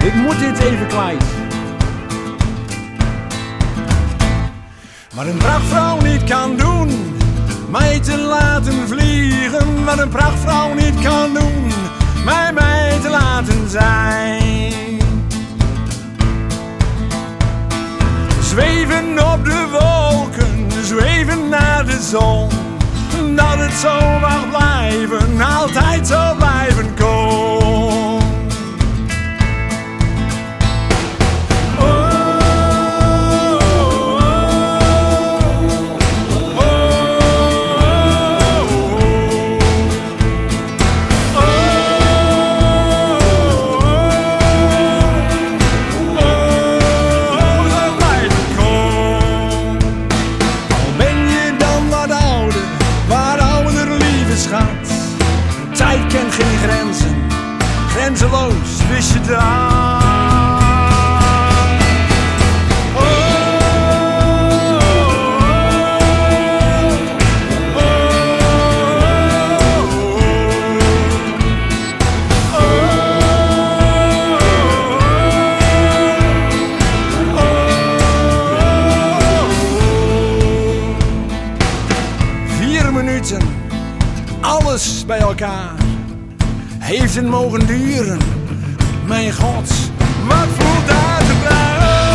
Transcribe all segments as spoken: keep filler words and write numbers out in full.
Ik moet dit even kwijt. Wat een prachtvrouw niet kan doen, mij te laten vliegen. Wat een prachtvrouw niet kan doen, mij mij te laten zijn. Zweven op de wolken, zweven naar de zon. Dat het zo mag blijven, altijd zo blijven kon. Tijd kent geen grenzen, grenzeloos wist je dat. Oh, oh, oh, oh. Vier minuten, alles bij elkaar heeft het mogen duren. Mijn God, wat voelt daar te blij?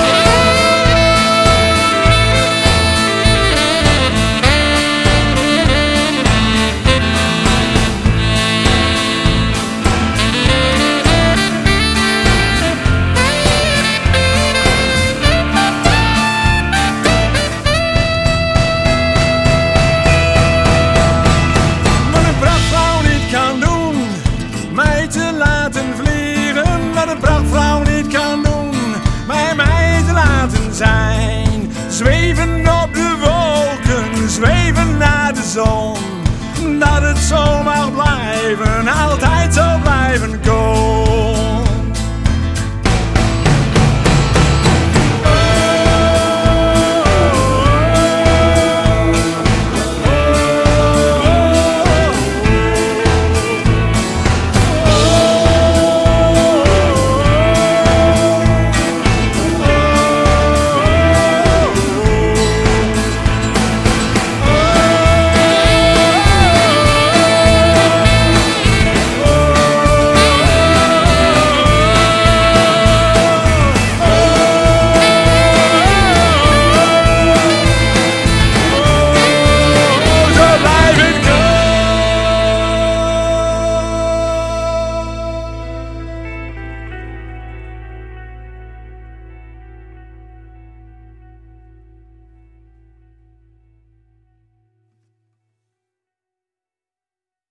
Zijn. Zweven op de wolken, zweven naar de zon. Dat het zo mag blijven, altijd zo blijven komen.